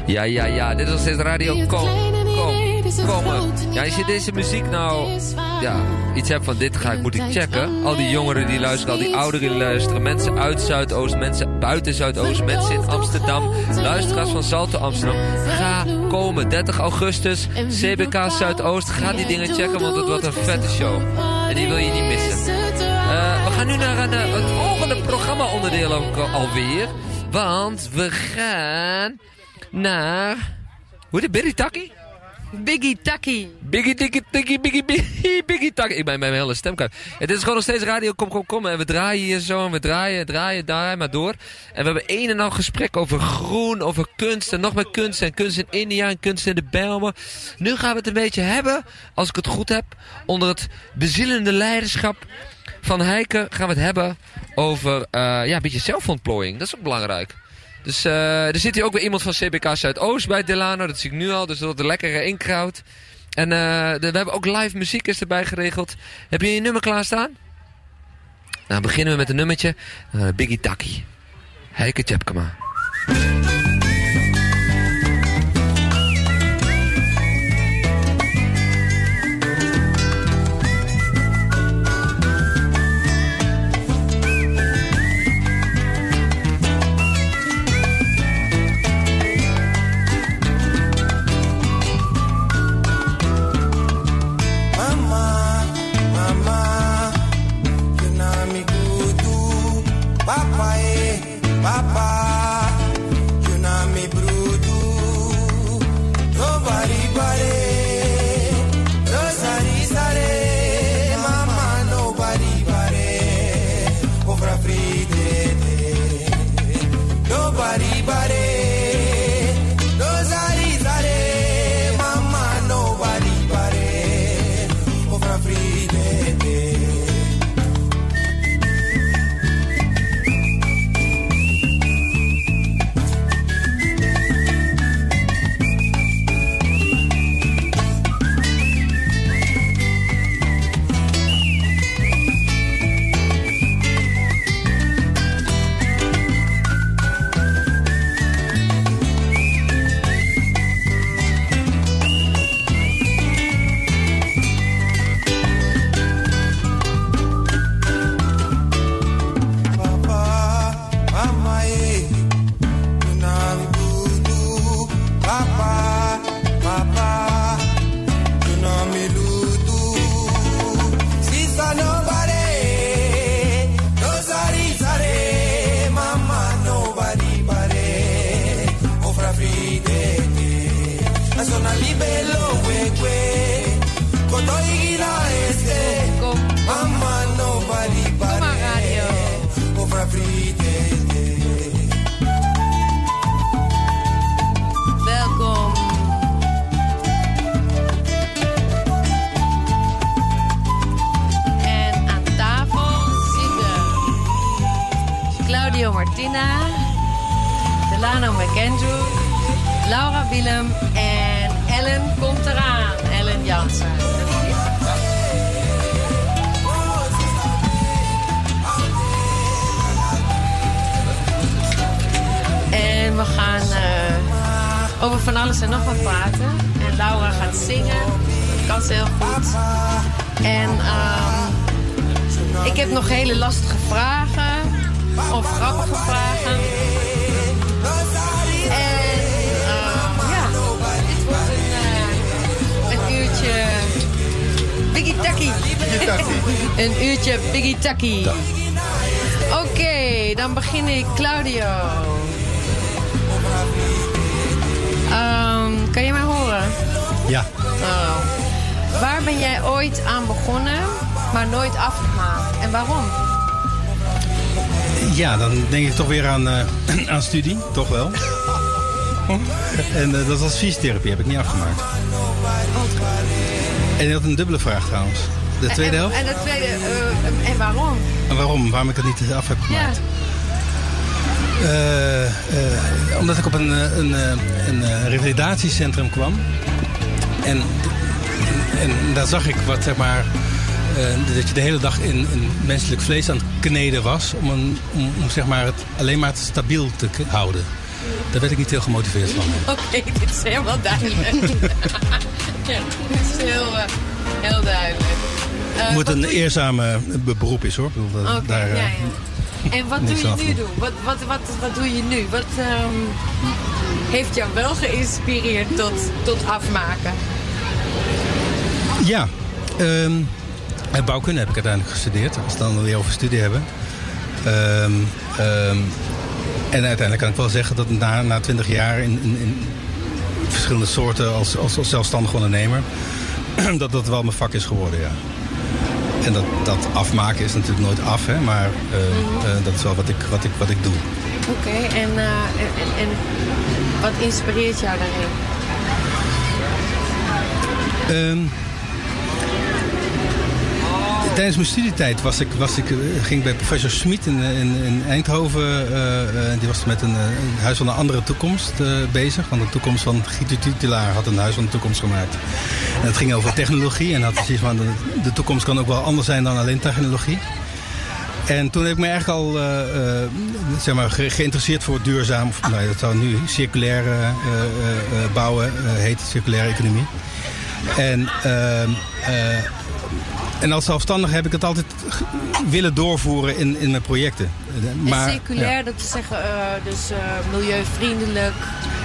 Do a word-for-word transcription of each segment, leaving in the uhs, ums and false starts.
Ja, ja, ja. Dit is nog steeds Radio Kom. Kom. Komen. Ja, als je deze muziek nou... Ja, iets hebt van dit ga ik, moet ik checken. Al die jongeren die luisteren, al die ouderen die luisteren. Mensen uit Zuidoost, mensen buiten Zuidoost. Mensen in Amsterdam. Luisteraars van Salto Amsterdam. Ga komen. dertig augustus. C B K Zuidoost. Ga die dingen checken, want het wordt een vette show. En die wil je niet missen. Uh, we gaan nu naar een, uh, het volgende programma-onderdeel alweer. Want we gaan naar... Hoe heet het? Biggie Taki? Biggie Taki. Biggie Taki, Taki, Biggie, Biggie, Biggie Taki. Ik ben mijn hele stem kwijt. Het is gewoon nog steeds radio, kom, kom, kom. En we draaien hier zo en we draaien, draaien, draaien maar door. En we hebben een en al gesprek over groen, over kunst en nog meer kunst. En kunst in India en kunst in de Bijlmer. Nu gaan we het een beetje hebben, als ik het goed heb, onder het bezielende leiderschap van Heike gaan we het hebben over uh, ja, een beetje zelfontplooiing. Dat is ook belangrijk. Dus uh, er zit hier ook weer iemand van C B K Zuidoost bij Delano. Dat zie ik nu al. Dus dat wordt een lekkere inkraut. En uh, de, we hebben ook live muziek is erbij geregeld. Heb je je nummer klaarstaan? Nou, beginnen we met een nummertje. Uh, Biggie Taki. Heike Tjepkema. Martina, Delano McAndrew, Laura Willem en Ellen komt eraan. Ellen Jansen. En we gaan uh, over van alles en nog wat praten. En Laura gaat zingen. Dat kan ze heel goed. En um, ik heb nog hele lastige vragen. Of grappige vragen. En uh, ja, dit wordt een, uh, een uurtje Biggie Taki. Een uurtje Biggie Taki. Oké, okay, dan begin ik. Claudio. Um, kan je mij horen? Ja. Oh. Waar ben jij ooit aan begonnen, maar nooit afgemaakt? En waarom? Ja, dan denk ik toch weer aan, uh, aan studie, toch wel. En uh, dat was fysiotherapie, heb ik niet afgemaakt. En je had een dubbele vraag trouwens. De tweede helft? En, en de tweede, uh, en waarom? En waarom? Waarom ik het niet af heb gemaakt? Ja. Uh, uh, omdat ik op een, een, een, een revalidatiecentrum kwam. En, en, en daar zag ik wat, zeg maar... Uh, dat je de hele dag in, in menselijk vlees aan het kneden was... om, een, om, om zeg maar het alleen maar het stabiel te k- houden. Daar werd ik niet heel gemotiveerd van. Oké, okay, dit is helemaal duidelijk. Ja, dit is heel, uh, heel duidelijk. Uh, Het moet een eerzame beroep is hoor. Ik bedoel, okay, daar, ja, ja. En wat doe je nu doen? Wat, wat, wat, wat doe je nu? Wat um, heeft jou wel geïnspireerd tot, tot afmaken? Ja, um, bouwkunde heb ik uiteindelijk gestudeerd. Als we het dan weer over studie hebben. Um, um, en uiteindelijk kan ik wel zeggen dat na, na twintig jaar in, in, in verschillende soorten als, als, als zelfstandig ondernemer, dat dat wel mijn vak is geworden, ja. En dat, dat afmaken is natuurlijk nooit af, hè, maar uh, uh, dat is wel wat ik, wat ik, wat ik doe. Oké, okay, en, uh, en, en wat inspireert jou daarin? Um, Tijdens mijn studietijd was ik, was ik, ging ik bij professor Smit in, in, in Eindhoven. Uh, uh, die was met een, een huis van een andere toekomst uh, bezig. Want de toekomst van Guido Tutelaar had een huis van de toekomst gemaakt. En het ging over technologie. En had precies van de, de toekomst kan ook wel anders zijn dan alleen technologie. En toen heb ik me eigenlijk al uh, uh, zeg maar, ge- geïnteresseerd voor duurzaam. Of, nou, dat zou nu circulair uh, uh, bouwen uh, heet, circulaire economie. En uh, uh, En als zelfstandige heb ik het altijd willen doorvoeren in, in mijn projecten. Maar, en circulair, ja. Dat is zeggen, uh, dus uh, milieuvriendelijk.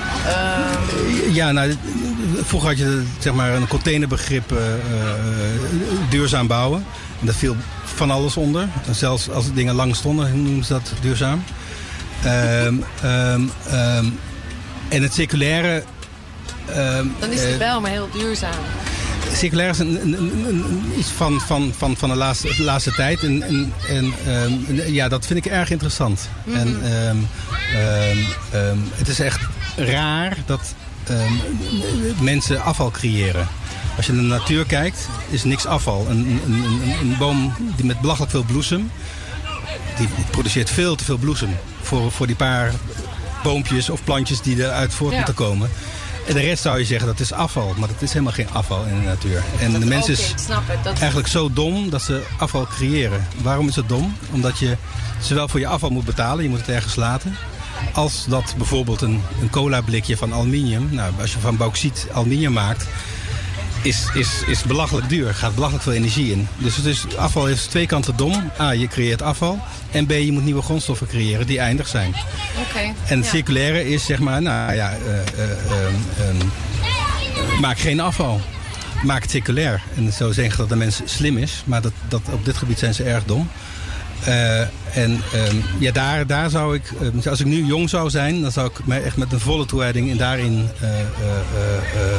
Uh... Ja, nou, vroeger had je zeg maar een containerbegrip uh, uh, duurzaam bouwen. En dat viel van alles onder. En zelfs als dingen lang stonden, noemen ze dat duurzaam. Um, um, um, en het circulaire... Um, Dan is het wel maar heel duurzaam. Circulair is een, een, een, een, iets van, van, van, van de, laatste, de laatste tijd. En, en, en um, ja, dat vind ik erg interessant. Mm-hmm. En um, um, um, het is echt raar dat um, mensen afval creëren. Als je naar de natuur kijkt, is niks afval. Een, een, een, een boom die met belachelijk veel bloesem, die produceert veel te veel bloesem. Voor, voor die paar boompjes of plantjes die eruit voort moeten ja. komen. En de rest zou je zeggen dat is afval, maar dat is helemaal geen afval in de natuur. En dat de mens is het, eigenlijk zo dom dat ze afval creëren. Waarom is het dom? Omdat je zowel voor je afval moet betalen, je moet het ergens laten, als dat bijvoorbeeld een, een cola blikje van aluminium, nou, als je van bauxiet aluminium maakt, is, is, is belachelijk duur, gaat belachelijk veel energie in. Dus het is, afval is twee kanten dom. A, je creëert afval. En B, je moet nieuwe grondstoffen creëren die eindig zijn. Okay, en het ja. circulaire is zeg maar, nou ja, uh, uh, uh, uh, maak geen afval. Maak het circulair. En zo zeggen dat de mens slim is, maar dat, dat, op dit gebied zijn ze erg dom. Uh, en um, ja, daar, daar zou ik, uh, als ik nu jong zou zijn, dan zou ik mij echt met een volle toewijding en daarin uh, uh, uh,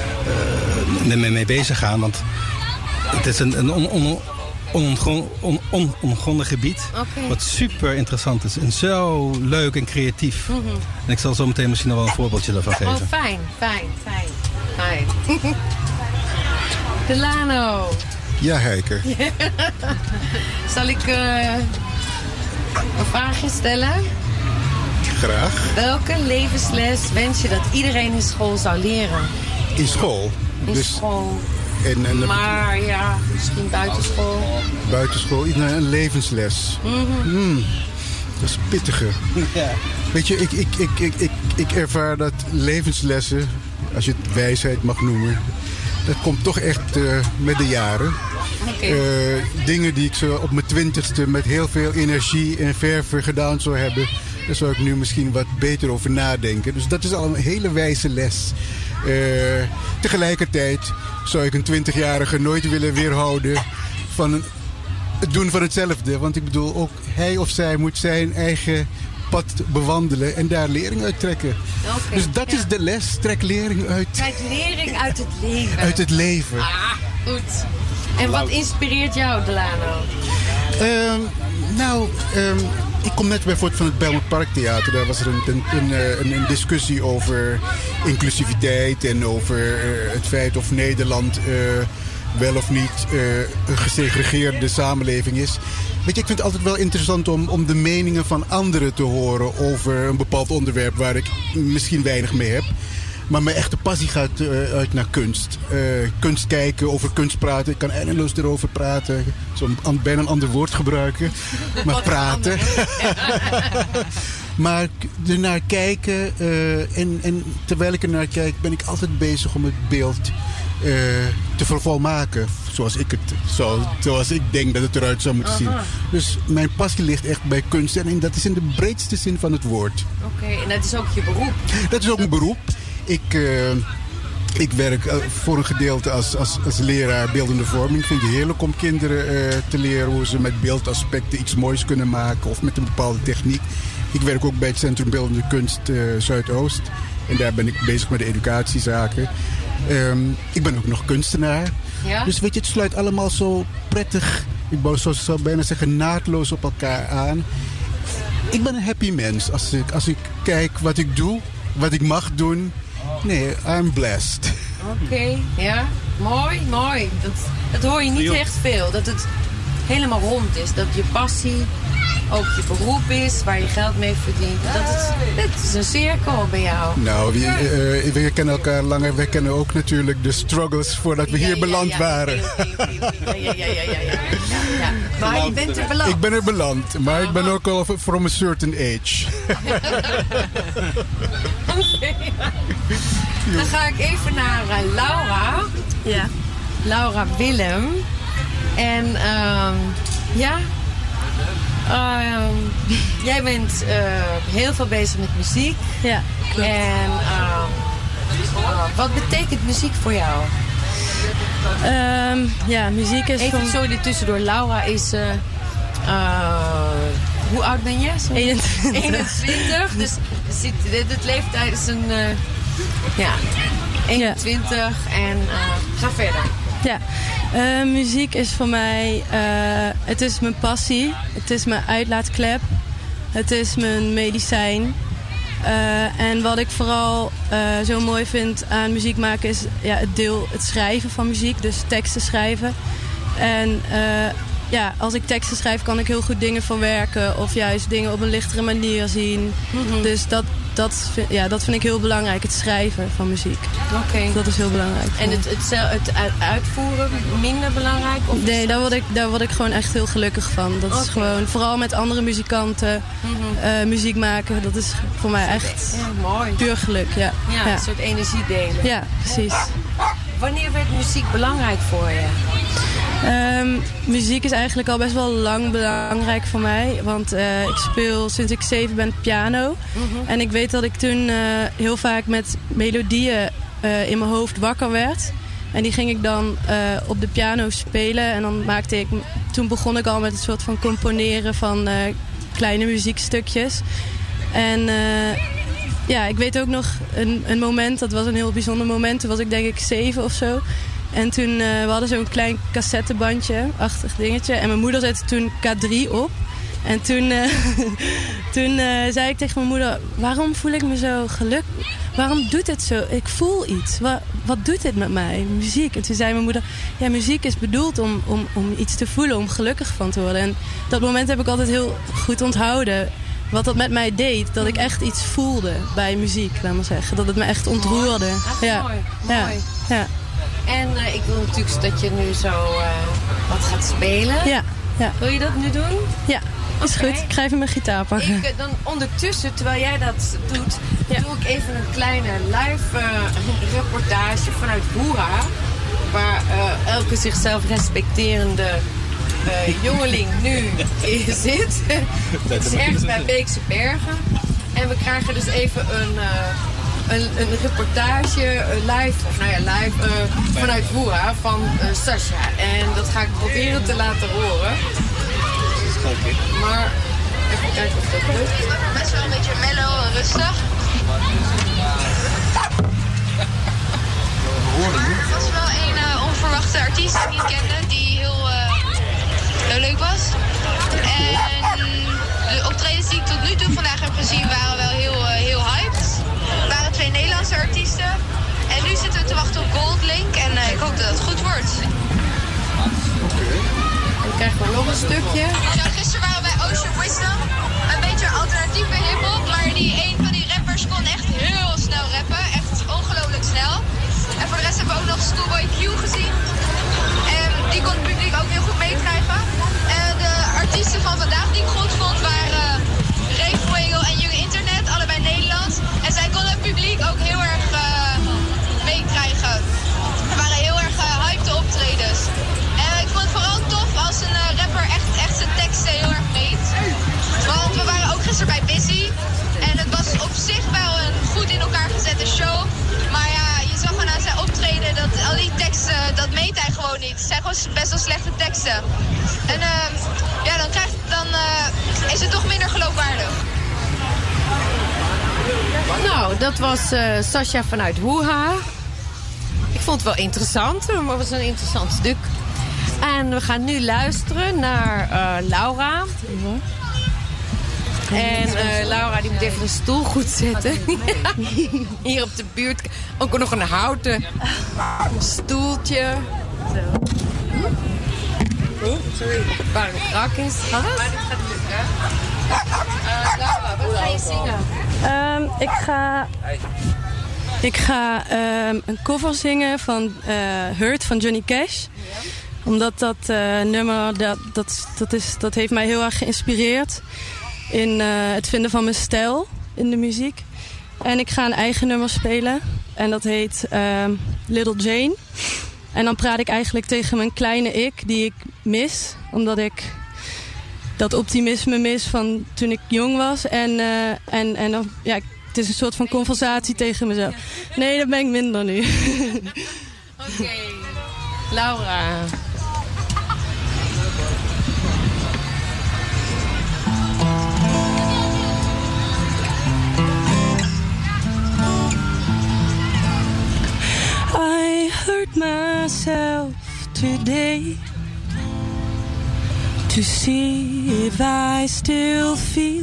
uh, uh, mee bezig gaan. Want het is een, een on, on, onongrondig on, on, on, gebied, okay. Wat super interessant is en zo leuk en creatief. Mm-hmm. En ik zal zo meteen misschien nog wel een voorbeeldje daarvan geven. Oh, fijn, fijn, fijn, fijn. Delano. Ja, Heike. Zal ik uh, een vraagje stellen? Graag. Welke levensles wens je dat iedereen in school zou leren? In school? In dus, school. En, en, maar ja, misschien buitenschool. Buitenschool, een levensles. Mm-hmm. Mm, dat is pittiger. Ja. Weet je, ik, ik, ik, ik, ik, ik ervaar dat levenslessen, als je het wijsheid mag noemen, dat komt toch echt uh, met de jaren. Okay. Uh, dingen die ik zo op mijn twintigste met heel veel energie en verve gedaan zou hebben, daar zou ik nu misschien wat beter over nadenken. Dus dat is al een hele wijze les. Uh, tegelijkertijd zou ik een twintigjarige nooit willen weerhouden van een, het doen van hetzelfde. Want ik bedoel, ook hij of zij moet zijn eigen pad bewandelen en daar lering uit trekken. Okay, dus dat ja. is de les. Trek lering uit. Trek lering uit het leven. Uit het leven. Ah, goed. En wat inspireert jou, Delano? Um, nou, um, ik kom net bijvoorbeeld van het Bijlmer Parktheater. Daar was er een, een, een, een discussie over inclusiviteit en over uh, het feit of Nederland uh, wel of niet uh, een gesegregeerde samenleving is. Weet je, ik vind het altijd wel interessant om, om de meningen van anderen te horen over een bepaald onderwerp waar ik misschien weinig mee heb. Maar mijn echte passie gaat uh, uit naar kunst. Uh, kunst kijken, over kunst praten. Ik kan eindeloos erover praten. Zo bijna een ander woord gebruiken. Maar praten. Maar ernaar kijken uh, en, en terwijl ik ernaar kijk ben ik altijd bezig om het beeld uh, te vervolmaken. Zoals ik, het, zo, zoals ik denk dat het eruit zou moeten zien. Dus mijn passie ligt echt bij kunst en dat is in de breedste zin van het woord. Oké, okay, en dat is ook je beroep? Dat is ook een beroep. Ik... Uh, Ik werk uh, voor een gedeelte als, als, als leraar beeldende vorming. Ik vind het heerlijk om kinderen uh, te leren hoe ze met beeldaspecten iets moois kunnen maken of met een bepaalde techniek. Ik werk ook bij het Centrum Beeldende Kunst uh, Zuidoost. En daar ben ik bezig met de educatiezaken. Um, ik ben ook nog kunstenaar. Ja? Dus weet je, het sluit allemaal zo prettig, ik zou, zou bijna zeggen naadloos op elkaar aan. Ik ben een happy mens als ik, als ik kijk wat ik doe, wat ik mag doen. Nee, I'm blessed. Oké, okay, ja. Mooi, mooi. Dat, dat hoor je niet echt veel. Dat het helemaal rond is. Dat je passie ook je beroep is, waar je geld mee verdient. Dat het, het is een cirkel bij jou. Nou, we, uh, we kennen elkaar langer. Wij kennen ook natuurlijk de struggles voordat we hier ja, ja, beland ja, waren. Okay, okay, okay. Ja, ja, ja, ja, ja, ja, ja. Maar je bent er beland. Ik ben er beland, maar ik ben ook al from a certain age. Okay. Dan ga ik even naar uh, Laura. Ja. Laura Willem. En um, ja... Uh, jij bent uh, heel veel bezig met muziek. Ja, klopt. En uh, uh, wat betekent muziek voor jou? Um, ja, muziek is... Even van... sorry, er tussendoor. Laura is... Uh, uh, hoe oud ben je? eenentwintig. eenentwintig. Dus zit, dit leeftijd is een... Uh, ja, eenentwintig. Ja. En uh, ga verder. Ja, uh, muziek is voor mij, uh, het is mijn passie, het is mijn uitlaatklep, het is mijn medicijn. Uh, en wat ik vooral uh, zo mooi vind aan muziek maken is ja, het deel, het schrijven van muziek, dus teksten schrijven. En uh, ja, als ik teksten schrijf kan ik heel goed dingen verwerken of juist dingen op een lichtere manier zien. Mm-hmm. Dus dat, dat, vind, ja, dat vind ik heel belangrijk, het schrijven van muziek. Oké. Okay. Dat is heel belangrijk. En het, het, het uitvoeren minder belangrijk? Of nee, daar word, ik, daar word ik gewoon echt heel gelukkig van. Dat okay. is gewoon, vooral met andere muzikanten mm-hmm. uh, muziek maken, dat is voor mij echt ja, mooi. Puur geluk. Ja. Ja, ja, een soort energie delen. Ja, precies. Wanneer werd muziek belangrijk voor je? Um, muziek is eigenlijk al best wel lang belangrijk voor mij. Want uh, ik speel sinds ik zeven ben piano. Mm-hmm. En ik weet dat ik toen uh, heel vaak met melodieën uh, in mijn hoofd wakker werd. En die ging ik dan uh, op de piano spelen. En dan maakte ik... Toen begon ik al met een soort van componeren van uh, kleine muziekstukjes. En... Uh, ja, ik weet ook nog een, een moment, dat was een heel bijzonder moment. Toen was ik denk ik zeven of zo. En toen, uh, we hadden zo'n klein cassettebandje-achtig dingetje. En mijn moeder zette toen K drie op. En toen, uh, toen uh, zei ik tegen mijn moeder, waarom voel ik me zo gelukkig? Waarom doet het zo? Ik voel iets. Wat, wat doet dit met mij? Muziek. En toen zei mijn moeder, ja, muziek is bedoeld om, om, om iets te voelen, om gelukkig van te worden. En dat moment heb ik altijd heel goed onthouden. Wat dat met mij deed, dat ik echt iets voelde bij muziek, laat maar zeggen. Dat het me echt ontroerde. Mooi. Ah, ja. Mooi. Ja. Mooi. Ja. En uh, ik wil natuurlijk dat je nu zo uh, wat gaat spelen. Ja. Ja. Wil je dat nu doen? Ja, is okay. Goed. Ik ga even mijn gitaar pakken. Ik, uh, dan ondertussen, terwijl jij dat doet, ja. doe ik even een kleine live uh, reportage vanuit Hoera. Waar uh, elke zichzelf respecterende... Uh, jongeling nu zit. Het is ergens bij Beekse Bergen. En we krijgen dus even een, uh, een, een reportage uh, live, of nou ja, live uh, vanuit Woera van uh, Sasha. En dat ga ik proberen te laten horen. Maar even kijken of dat lukt. Best wel een beetje mellow en rustig. Er was wel een uh, onverwachte artiest die ik kende die heel... Uh, heel leuk was. En de optredens die ik tot nu toe vandaag heb gezien waren wel heel, uh, heel hyped. Er waren twee Nederlandse artiesten. En nu zitten we te wachten op Goldlink en uh, ik hoop dat het goed wordt. Okay. Dan krijgen we nog een stukje. Ja, gisteren waren we bij Ocean Wisdom. Een beetje alternatieve hiphop, maar die, een van die rappers kon echt heel snel rappen. Echt ongelooflijk snel. En voor de rest hebben we ook nog Schoolboy Q gezien. En die kon het publiek ook heel goed meekrijgen. En de artiesten van vandaag die ik goed vond waren Ray Fuego en Young Inter. weet hij gewoon niet. Het zijn gewoon best wel slechte teksten. En uh, ja, dan, krijgt, dan uh, is het toch minder geloofwaardig. Nou, dat was uh, Sascha vanuit Woeha. Ik vond het wel interessant, maar het was een interessant stuk. En we gaan nu luisteren naar uh, Laura. En uh, Laura die moet even een stoel goed zetten. Hier op de buurt. Ook nog een houten stoeltje. Zo. Oh, sorry. Waar een krak is. Maar dit gaat lukken. Uh, Laura, wat ga je zingen? Um, ik ga... Ik ga um, een cover zingen van uh, Hurt van Johnny Cash. Omdat dat uh, nummer, dat, dat, dat, is, dat heeft mij heel erg geïnspireerd in uh, het vinden van mijn stijl in de muziek. En ik ga een eigen nummer spelen. En dat heet um, Little Jane. En dan praat ik eigenlijk tegen mijn kleine ik, die ik mis. Omdat ik dat optimisme mis van toen ik jong was. En, uh, en, en dan, ja, het is een soort van conversatie tegen mezelf. Nee, dat ben ik minder nu. Oké. Okay. Laura. I hurt myself today to see if I still feel.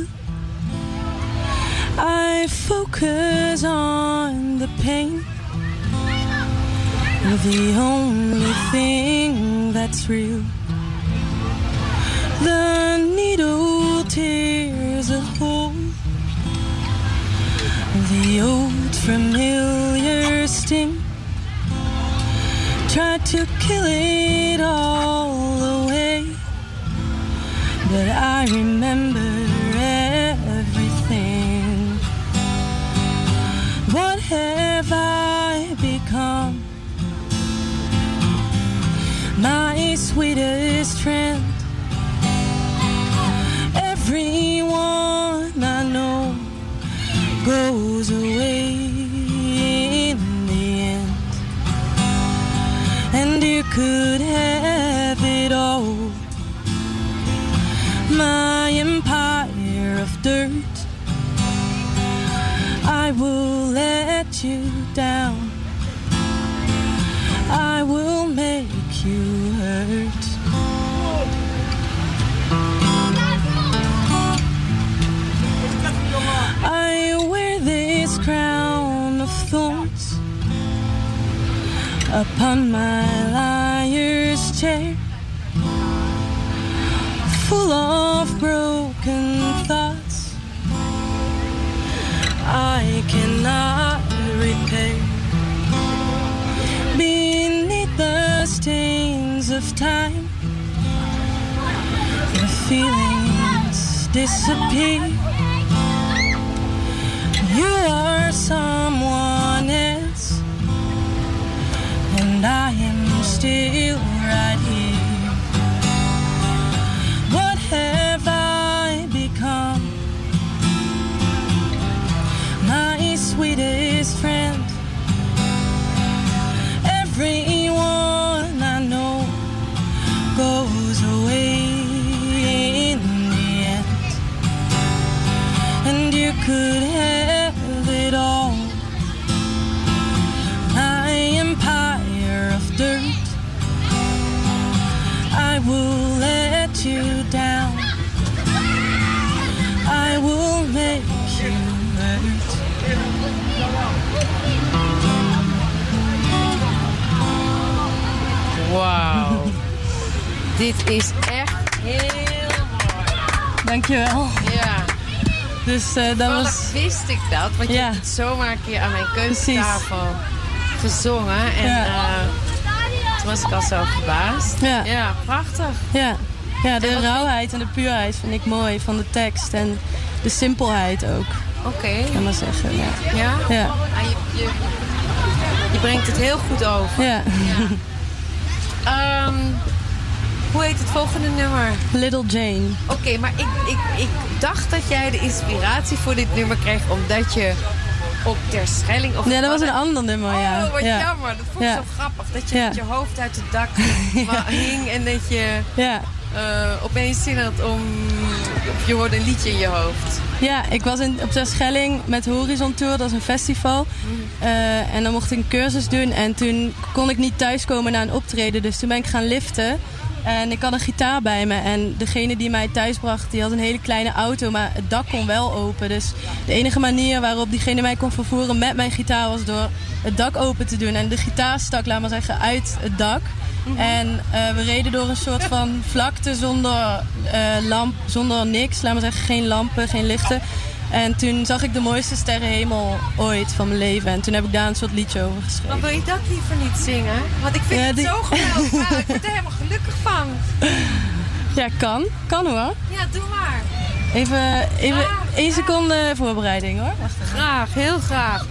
I focus on the pain, the only thing that's real. The needle tears a hole, the old familiar sting. Tried to kill it all away, but I remember everything. What have I become? My sweetest friend. Everyone I know goes away in the end. And you could have it all. My empire of dirt, I will let you down. I will make you hurt. I wear this crown of thorns upon my liar's chair, full of broken thoughts I cannot repair. Beneath the stains of time, the feelings disappear. You are someone else, and I am still right here. What have I become? My sweetest friend. Everyone I know goes away in the end. And you could have it all. My empire of dirt, I will let you down. I will make you hurt. Wauw. Dit is echt heel mooi. Dankjewel. Ja. Dus uh, dat was... wist ik dat, want je ja. hebt het zomaar een keer aan mijn keukentafel gezongen. En ja. uh, toen was ik al zo verbaasd. Ja, ja prachtig. Ja, ja de rauwheid en de puurheid vind ik mooi van de tekst. En de simpelheid ook. Oké. Okay. Kan maar zeggen, ja. Ja? Ja. Ah, je, je, je brengt het heel goed over. Ja. ja. um, Hoe heet het volgende nummer? Little Jane. Oké, okay, maar ik, ik, ik dacht dat jij de inspiratie voor dit nummer kreeg omdat je op Terschelling. Of Ja, dat was een ander nummer, ja. Oh, wat ja. jammer. Dat vond ik Ja. zo grappig. Dat je Ja. met je hoofd uit het dak Ja. hing en dat je Ja. uh, opeens zin had om... Of je hoorde een liedje in je hoofd. Ja, ik was in, op Terschelling met Horizon Tour, dat is een festival. Uh, en dan mocht ik een cursus doen en toen kon ik niet thuiskomen na een optreden. Dus toen ben ik gaan liften. En ik had een gitaar bij me. En degene die mij thuis bracht, die had een hele kleine auto. Maar het dak kon wel open. Dus de enige manier waarop diegene mij kon vervoeren met mijn gitaar was door het dak open te doen. En de gitaar stak, laat maar zeggen, uit het dak. Mm-hmm. En uh, we reden door een soort van vlakte zonder, uh, lamp, zonder niks. Laat maar zeggen, geen lampen, geen lichten. En toen zag ik de mooiste sterrenhemel ooit van mijn leven. En toen heb ik daar een soort liedje over geschreven. Maar wil je dat liever niet zingen? Want ik vind ja, het die... zo geweldig. Nou, ik word er helemaal gelukkig van. Ja, kan. Kan hoor. Ja, doe maar. Even, even ja, één ja. seconde voorbereiding hoor. Wacht even. Graag, heel graag.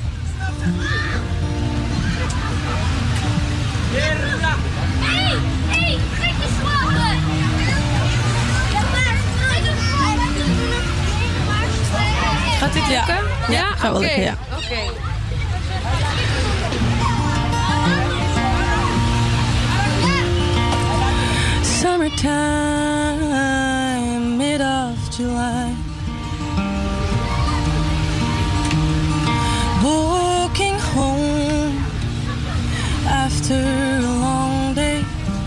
Hey, hey, kijk eens slapen! Gaat dit lukken? Ja, ja, ja? gaat wel Oké. lukken, ja. Oké. Summertime, mid of July. Walking home after a long day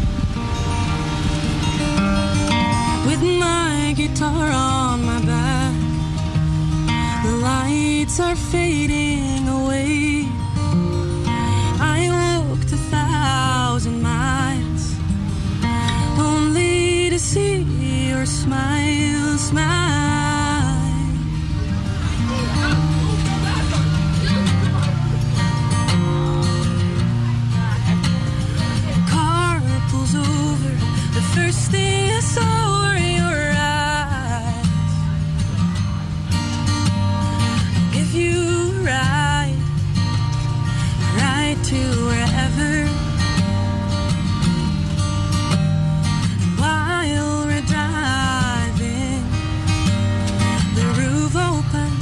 with my guitar on my back. The lights are fading away. I walked a thousand miles only to see your smile, smile. Car pulls over. The first thing I saw were your eyes. I'll give you a ride, a ride to wherever. While we're driving, the roof opens.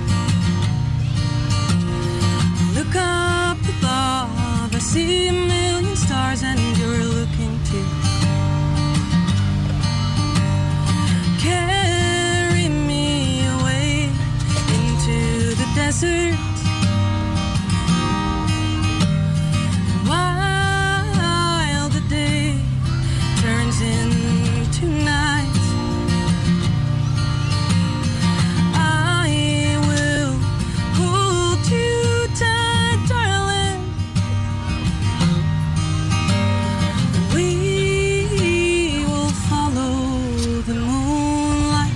Look up above, I see a million stars and you're looking too. Carry me away into the desert. While the day turns into night, I will hold you tight, darling. We will follow the moonlight.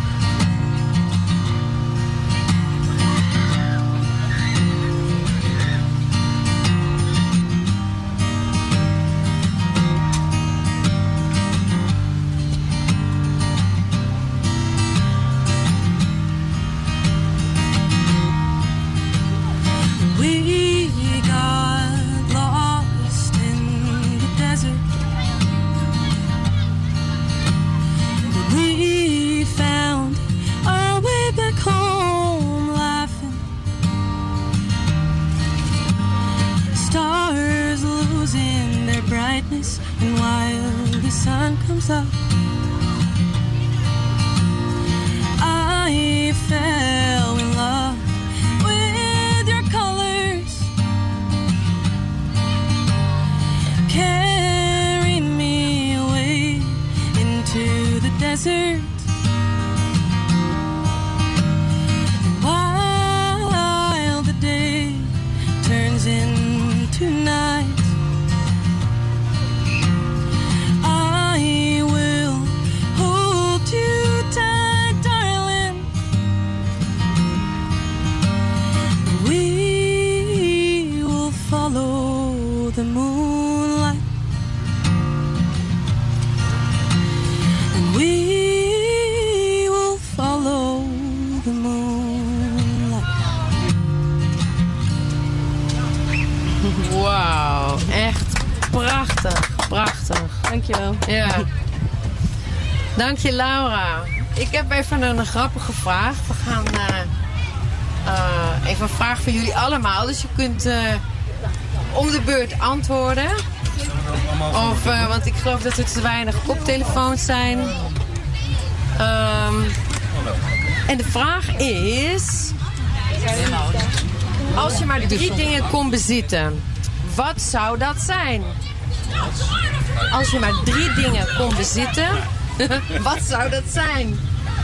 We got lost in the desert. We found our way back home laughing. Stars losing their brightness, and while the sun comes up, I fell in love with your colors. Carry me away into the desert. While the day turns into night, I will hold you tight, darling. We will follow the moonlight. And we will follow the moonlight. Wauw, echt prachtig, prachtig. Dankjewel. Ja. Dank je, Laura. Ik heb even een grappige vraag. We gaan, uh, uh, even een vraag van jullie allemaal. Dus je kunt uh, om de beurt antwoorden. Of, uh, want ik geloof dat er te weinig koptelefoons zijn. Um, en de vraag is... Als je maar drie dingen kon bezitten, wat zou dat zijn? Als je maar drie dingen kon bezitten, wat zou dat zijn?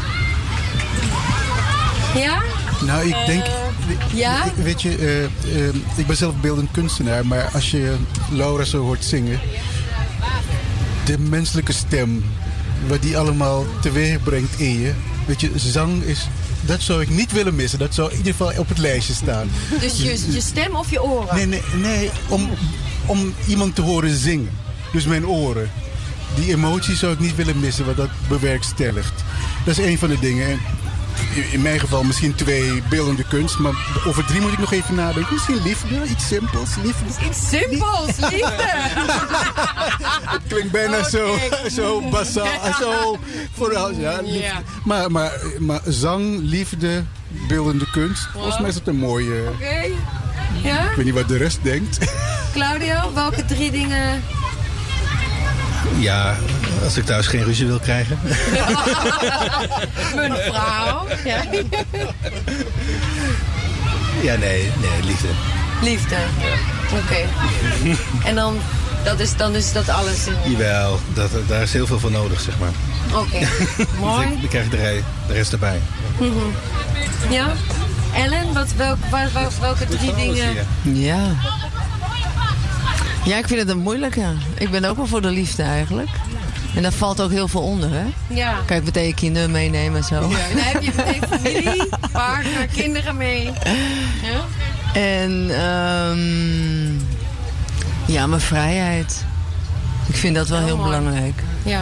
Ja? Nou, ik denk... Uh, ja? Weet je, uh, uh, ik ben zelf beeldend kunstenaar, maar als je Laura zo hoort zingen, de menselijke stem, wat die allemaal teweeg brengt in je, weet je, zang is... Dat zou ik niet willen missen. Dat zou in ieder geval op het lijstje staan. Dus je, je stem of je oren? Nee, nee, nee om, om iemand te horen zingen. Dus mijn oren. Die emotie zou ik niet willen missen, wat dat bewerkstelligt. Dat is een van de dingen. En in mijn geval misschien twee beeldende kunst. Maar over drie moet ik nog even nadenken. Misschien liefde, iets simpels. Liefde. Iets simpels, liefde. Het klinkt bijna okay. zo, zo basaal. Zo vooral, ja, liefde. Yeah. Maar, maar, maar zang, liefde, beeldende kunst. Wow. Volgens mij is het een mooie... Oké. Okay. Ja? Ik weet niet wat de rest denkt. Claudio, welke drie dingen... Ja, als ik thuis geen ruzie wil krijgen. Mijn vrouw. Ja, ja nee, nee, liefde. Liefde, ja. Oké. Okay. En dan, dat is, dan is dat alles in... Jawel, dat, daar is heel veel voor nodig, zeg maar. Oké, okay. Mooi. Dan krijg je de, rij, de rest erbij. Mm-hmm. Ja? Ellen, wat, welk, waar, waar, welke drie dingen... Ja... Ja, ik vind het een moeilijke. Ik ben ook wel voor de liefde eigenlijk. En daar valt ook heel veel onder, hè? Ja. Kijk, meteen je kinderen meenemen en zo. Ja, en dan heb je meteen familie, partner, kinderen mee. Ja? En, um, ja, mijn vrijheid. Ik vind dat wel heel, heel belangrijk. Ja.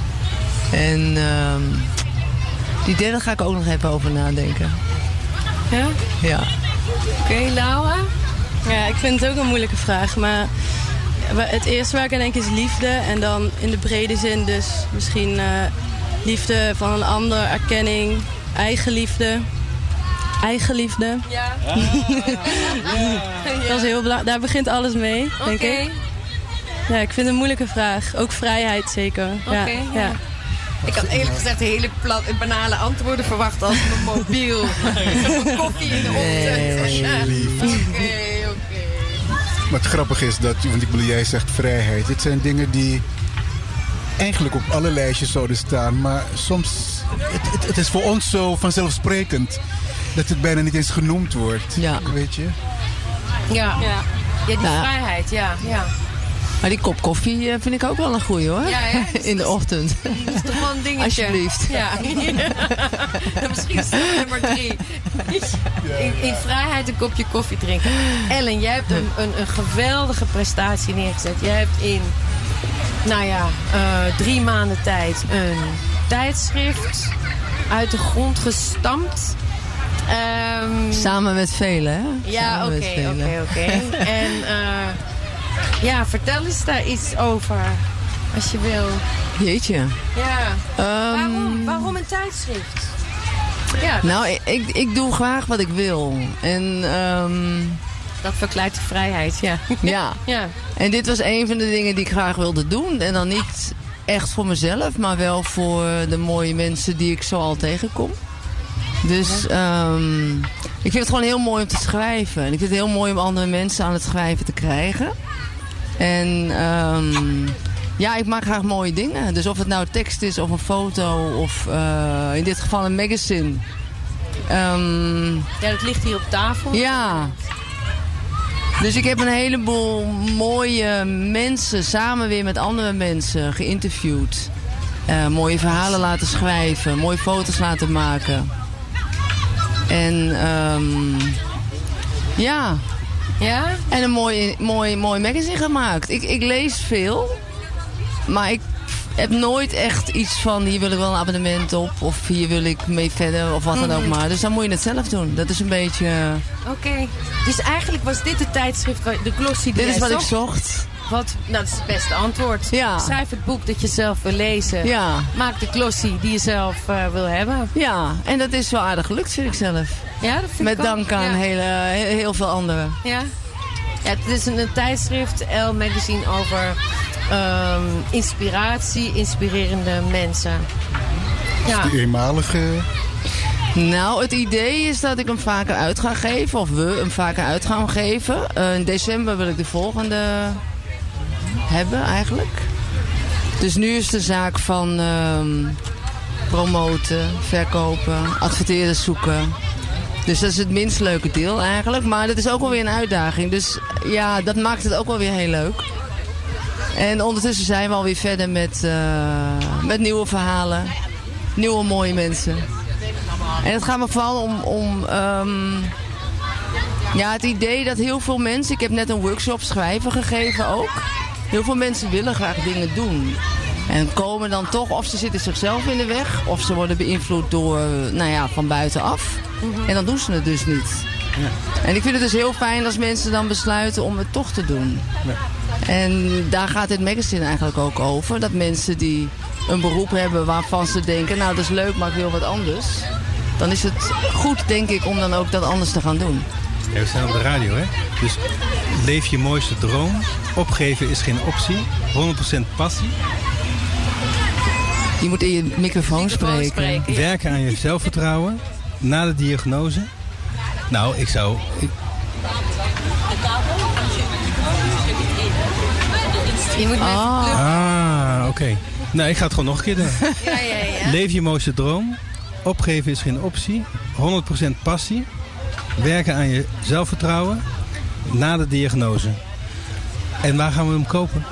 En, um, die derde ga ik ook nog even over nadenken. Ja? Ja. Oké, okay, Laura? Ja, ik vind het ook een moeilijke vraag, maar het eerste waar ik aan denk is liefde. En dan in de brede zin dus misschien uh, liefde van een ander, erkenning, eigenliefde. Eigenliefde. Ja. Ah, ja. Dat is heel belangrijk. Daar begint alles mee, denk okay. ik. Ja, ik vind het een moeilijke vraag. Ook vrijheid zeker. Oké. Okay, ja. Ja. Ik had eerlijk gezegd hele plat, banale antwoorden verwacht als mijn mobiel. Mijn koffie in de ochtend. Nee. Oké, oké. Maar het grappige is dat, want ik bedoel, jij zegt vrijheid. Dit zijn dingen die eigenlijk op alle lijstjes zouden staan. Maar soms, het, het, het is voor ons zo vanzelfsprekend dat het bijna niet eens genoemd wordt. Ja. Weet je? Ja, ja. Ja, die ja. vrijheid, ja, ja. Maar die kop koffie vind ik ook wel een goeie, hoor. Ja, ja. In de ochtend. Dat is toch wel een dingetje. Alsjeblieft. Ja. Ja, misschien is het nummer drie. In, in vrijheid een kopje koffie drinken. Ellen, jij hebt een, een, een geweldige prestatie neergezet. Jij hebt in, nou ja, uh, drie maanden tijd een tijdschrift uit de grond gestampt. Um, Samen met velen, hè? Ja, oké, oké, oké. En... Uh, ja, vertel eens daar iets over, als je wil. Jeetje. Ja. Um, waarom, waarom een tijdschrift? Ja, nou, ik, ik, ik doe graag wat ik wil. En, um, dat verkleidt de vrijheid, ja. Ja. Ja. En dit was een van de dingen die ik graag wilde doen. En dan niet echt voor mezelf, maar wel voor de mooie mensen die ik zo al tegenkom. Dus um, ik vind het gewoon heel mooi om te schrijven. En ik vind het heel mooi om andere mensen aan het schrijven te krijgen. En um, ja, ik maak graag mooie dingen. Dus of het nou tekst is of een foto of uh, in dit geval een magazine. Um, ja, dat ligt hier op tafel. Ja. Dus ik heb een heleboel mooie mensen samen weer met andere mensen geïnterviewd. Uh, mooie verhalen laten schrijven, mooie foto's laten maken. En um, ja... Ja? En een mooi, mooi, mooi magazine gemaakt. Ik, ik lees veel, maar ik heb nooit echt iets van... hier wil ik wel een abonnement op of hier wil ik mee verder of wat dan ook maar. Dus dan moet je het zelf doen. Dat is een beetje... Oké, okay. Dus eigenlijk was dit de tijdschrift, de glossy die Dit is wat zocht? ik zocht. Wat, dat is het beste antwoord. Ja. Schrijf het boek dat je zelf wil lezen. Ja. Maak de glossie die je zelf uh, wil hebben. Ja, en dat is wel aardig gelukt, vind ik zelf. Ja, dat vind Met ik ook. dank aan ja. hele, heel, heel veel anderen. Ja. Ja, het is een, een tijdschrift, Elle Magazine, over um, inspiratie, inspirerende mensen. Ja. De eenmalige... Nou, het idee is dat ik hem vaker uit ga geven. Of we hem vaker uit gaan geven. Uh, in december wil ik de volgende hebben eigenlijk. Dus nu is de zaak van um, promoten, verkopen, adverteerders zoeken. Dus dat is het minst leuke deel eigenlijk. Maar dat is ook wel weer een uitdaging. Dus ja, dat maakt het ook wel weer heel leuk. En ondertussen zijn we alweer verder met, uh, met nieuwe verhalen. Nieuwe mooie mensen. En het gaat me vooral om, om um, ja, het idee dat heel veel mensen... Ik heb net een workshop schrijven gegeven ook. Heel veel mensen willen graag dingen doen. En komen dan toch, of ze zitten zichzelf in de weg... of ze worden beïnvloed door, nou ja, van buitenaf. Mm-hmm. En dan doen ze het dus niet. Ja. En ik vind het dus heel fijn als mensen dan besluiten om het toch te doen. Ja. En daar gaat dit magazine eigenlijk ook over. Dat mensen die een beroep hebben waarvan ze denken... nou, dat is leuk, maar ik wil wat anders... dan is het goed, denk ik, om dan ook dat anders te gaan doen. Ja, we zijn op de radio, hè? Dus leef je mooiste droom. Opgeven is geen optie. honderd procent passie. Je moet in je microfoon, microfoon spreken. spreken. Werken aan je zelfvertrouwen. Na de diagnose. Nou, ik zou... Ik... Je moet ah, ah oké. Okay. Nou, ik ga het gewoon nog een keer doen. Ja, ja, ja. Leef je mooiste droom. Opgeven is geen optie. honderd procent passie. Werken aan je zelfvertrouwen. Na de diagnose. En waar gaan we hem kopen?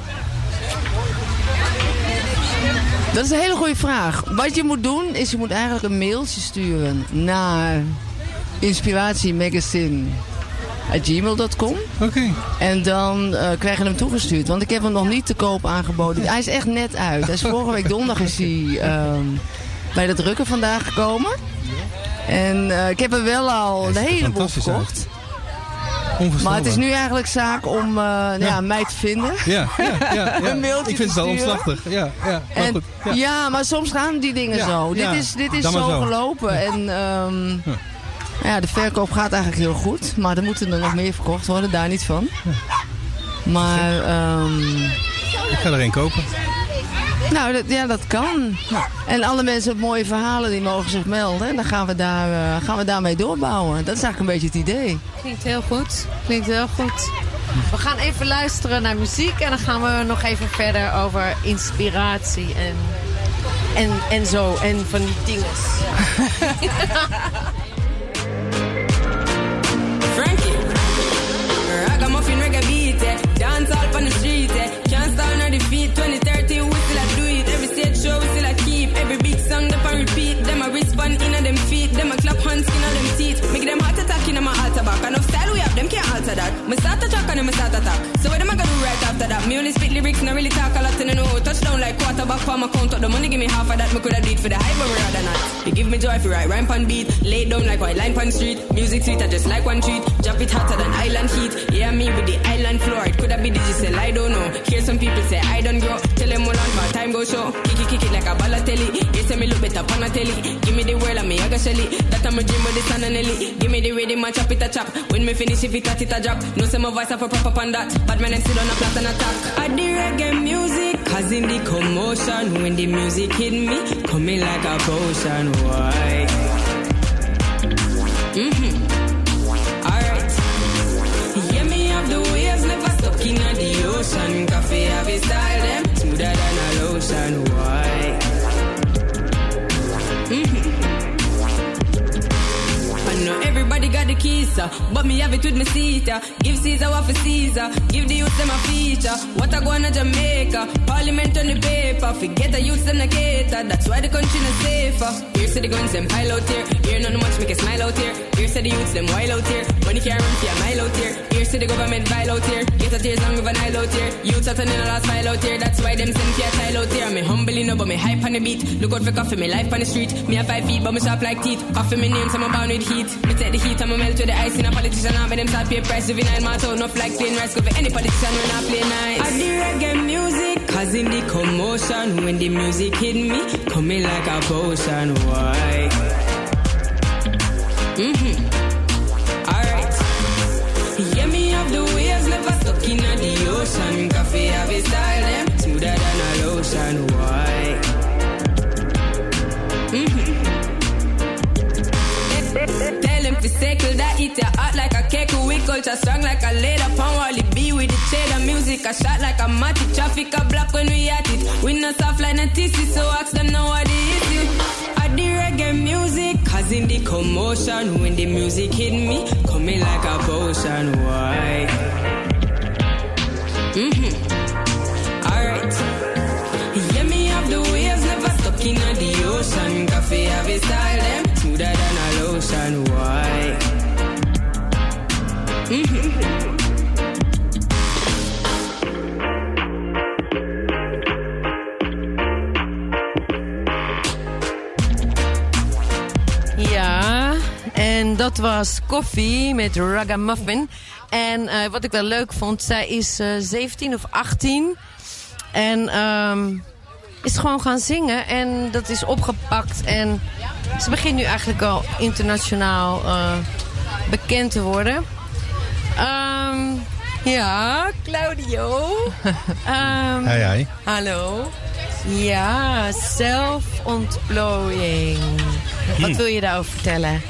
Dat is een hele goede vraag. Wat je moet doen, is je moet eigenlijk een mailtje sturen naar inspiratiemagazine at gmail dot com. Oké. Okay. En dan uh, krijg je hem toegestuurd. Want ik heb hem nog niet te koop aangeboden. Hij is echt net uit. Hij is vorige week donderdag is hij um, bij de drukker vandaag gekomen. En uh, ik heb er wel al een heleboel verkocht. Maar het is nu eigenlijk zaak om uh, ja. Ja, mij te vinden. Ja, ja, ja, ja. Een mailtje ik vind het wel omslachtig. Ja, ja, maar en, goed, ja. ja, maar soms gaan die dingen ja, zo. Ja, dit is, dit is zo, zo gelopen. En um, ja. Ja, de verkoop gaat eigenlijk heel goed. Maar er moeten er nog meer verkocht worden, daar niet van. Maar... Um, ik ga er een kopen. Nou, dat, ja, dat kan. Ja. En alle mensen met mooie verhalen, die mogen zich melden. En dan gaan we, daar, uh, gaan we daarmee doorbouwen. Dat is eigenlijk een beetje het idee. Klinkt heel goed. Klinkt heel goed. We gaan even luisteren naar muziek. En dan gaan we nog even verder over inspiratie en, en, en zo. En van die dingen. Frankie. Ragamuffin reggae beat, eh. Dance all on the street, eh. Can't stall on the feet. twenty thirty, we still a do it. Every stage show, we still a keep. Every big song, them a repeat. Them a respond in a them feet. Them a clap hands, skin on them teeth. Make them heart attack in my altar back. Enough style we have, them can't alter that. Me start attack and them start attack. So what them a gonna do right after that? Me only spit lyrics, not really talk a lot. And I know touchdown like quarterback for my count up. The money give me half of that. Me coulda do it for the hype, but me rather not. They give me joy if you write rhyme pan beat. Lay down like white line pan street. Music sweet, I just like one treat. Drop it hotter than island heat. Yeah, me with the island floor. It coulda be digital, I don't know. Hear some people say I don't grow. Tell them hold on for time go show. Kick it, kick it like a ballatelli. You say me look better pan a telly. Give me the world and me I got shelly. That I'm a dream with the sun and Ellie. Give me the rhythm and chop it a chop. When me finish if it a it a drop. No say my voice up a proper pan that. But man I sit on a plot and attack. I the reggae music. Cause in the commotion. When the music hit me. Coming like a potion. Why? Mm-hmm. Alright. Yeah, me have the waves. Never stuck in the ocean. Coffee have a style them. Smoother than a lotion. Why? Mm-hmm. I know everybody got the keys, uh, but me have it with me Caesar. Give Caesar what for Caesar. Give the youth them a feature. What I go on to Jamaica. Parliament on the paper. Forget the youth and the cater. That's why the country not safer. Here say the guns them pile out here. Here none much make a smile out here. Here say the youths them wild out here. Money can't run for a mile out here. Here here. See the government vile out here. Get a tears long with an eye out here. Youths are turning a last mile out here. That's why them send can't tile out here. Me humbly no, but me hype on the beat. Look out for coffee, me life on the street. Me have five feet, but me sharp like teeth. Coffee me name, so I'm bound with heat. Me take the heat, I'ma melt with the ice. In a politician, I'm them start pay price. Juvenile, my town, enough like plain rice. Go for any politician when I play nice. I do reggae music, cause in the commotion, when the music hit me, coming like a potion. Why? Mm-hmm. Alright. Yeah, me have the waves, never stuck in the ocean. Coffee have a style, them smoother than a lotion. Why? Mm-hmm. Tell them to circle that eat your heart like a cake. We culture strong like a leather. Pound Wally B with the cheddar music. A shot like a matty. Traffic a block when we at it. We not soft like a T C, so ask them now what the issue. I the reggae music, cause in the commotion, when the music hit me, coming like a potion. Why? Mm-hmm. Alright. Yeah, me have the waves, never stuck in the ocean. Coffee have a style, them smoother than a lotion. Why? Mm-hmm. Ja, en dat was Koffie met Ragamuffin. En uh, wat ik wel leuk vond, zij is uh, zeventien of achttien. En um, is gewoon gaan zingen. En dat is opgepakt. En ze begint nu eigenlijk al internationaal uh, bekend te worden. Um, ja, Claudio. Um, Hi, hi. Hallo. Ja, zelfontplooiing. Wat wil je daarover vertellen?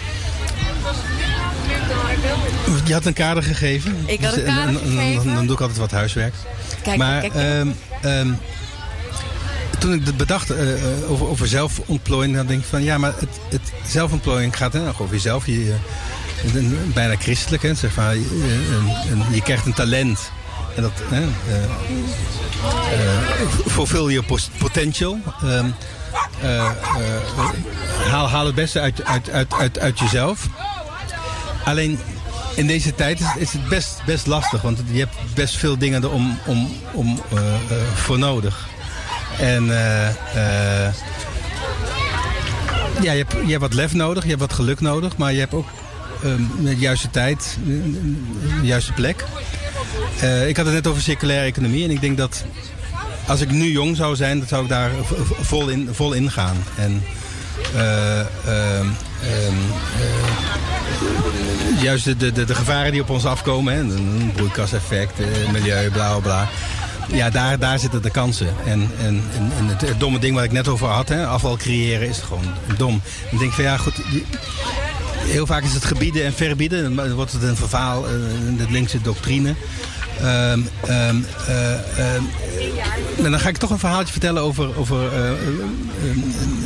Je had een kader gegeven. Ik had een dus, kader en, en, gegeven. Dan, dan doe ik altijd wat huiswerk. Kijk, maar kijk, kijk. Um, um, toen ik het bedacht uh, uh, over, over zelfontplooiing, dan denk ik van ja, maar het, het zelfontplooiing gaat hè, over jezelf. Je, uh, bijna christelijk, hè, zeg maar. Uh, uh, je krijgt een talent. En dat uh, uh, fulfill your potential. Um, uh, uh, haal, haal het beste uit, uit, uit, uit, uit jezelf. Alleen in deze tijd is, is het best, best lastig, want je hebt best veel dingen er om, om, om, uh, uh, voor nodig. En uh, uh, ja, je hebt, je hebt wat lef nodig, je hebt wat geluk nodig, maar je hebt ook um, de juiste tijd, de juiste plek. Uh, ik had het net over circulaire economie en ik denk dat als ik nu jong zou zijn, dan zou ik daar vol in, vol in gaan. En uh, uh, um, uh, juist de, de, de gevaren die op ons afkomen, hè, een broeikaseffect, uh, milieu, bla bla. Ja, daar, daar zitten de kansen. En, en, en het, het domme ding wat ik net over had, hè, afval creëren, is gewoon dom. Dan denk ik van ja, goed. Die, heel vaak is het gebieden en verbieden. Dan wordt het een vervaal, uh, de linkse doctrine. Um, um, uh, um, en dan ga ik toch een verhaaltje vertellen over, over uh, uh,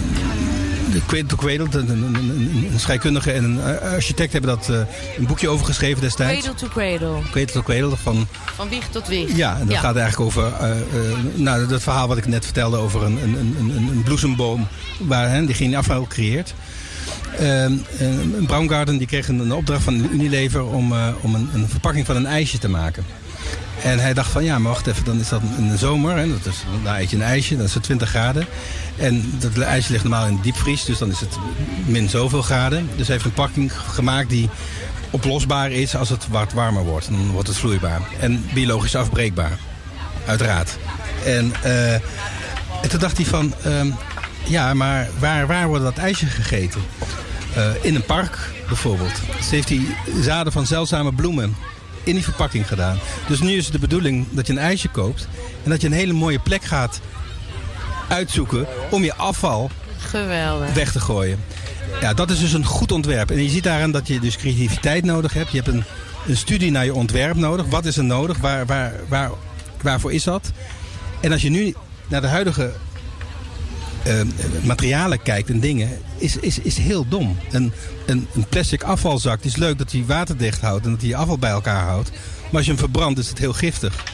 de Cradle to Cradle. Een, een, een, een scheikundige en een architect hebben dat uh, een boekje over geschreven destijds. Cradle to Cradle. Cradle to Cradle. Van, van wieg tot wieg. Ja, en dat ja. gaat eigenlijk over uh, uh, nou, dat verhaal wat ik net vertelde over een, een, een, een, een bloesemboom waar hè, die geen afval creëert. Uh, Baumgarten die kreeg een, een opdracht van Unilever om, uh, om een, een verpakking van een ijsje te maken. En hij dacht van ja, maar wacht even, dan is dat in de zomer. Hè, dat is, dan eet je een ijsje, dat is het twintig graden. En dat ijsje ligt normaal in de diepvries, dus dan is het min zoveel graden. Dus hij heeft een pakking gemaakt die oplosbaar is als het wat warmer wordt. Dan wordt het vloeibaar. En biologisch afbreekbaar. Uiteraard. En, uh, en toen dacht hij van um, ja, maar waar, waar wordt dat ijsje gegeten? Uh, in een park bijvoorbeeld. Dus heeft hij zaden van zeldzame bloemen in die verpakking gedaan. Dus nu is het de bedoeling dat je een ijsje koopt en dat je een hele mooie plek gaat uitzoeken om je afval Geweldig. weg te gooien. Ja, dat is dus een goed ontwerp. En je ziet daarin dat je dus creativiteit nodig hebt. Je hebt een, een studie naar je ontwerp nodig. Wat is er nodig? Waar, waar, waar, waarvoor is dat? En als je nu naar de huidige Uh, materialen kijkt en dingen, is, is, is heel dom. Een, een, een plastic afvalzak, het is leuk dat hij waterdicht houdt en dat hij je afval bij elkaar houdt. Maar als je hem verbrandt, is het heel giftig.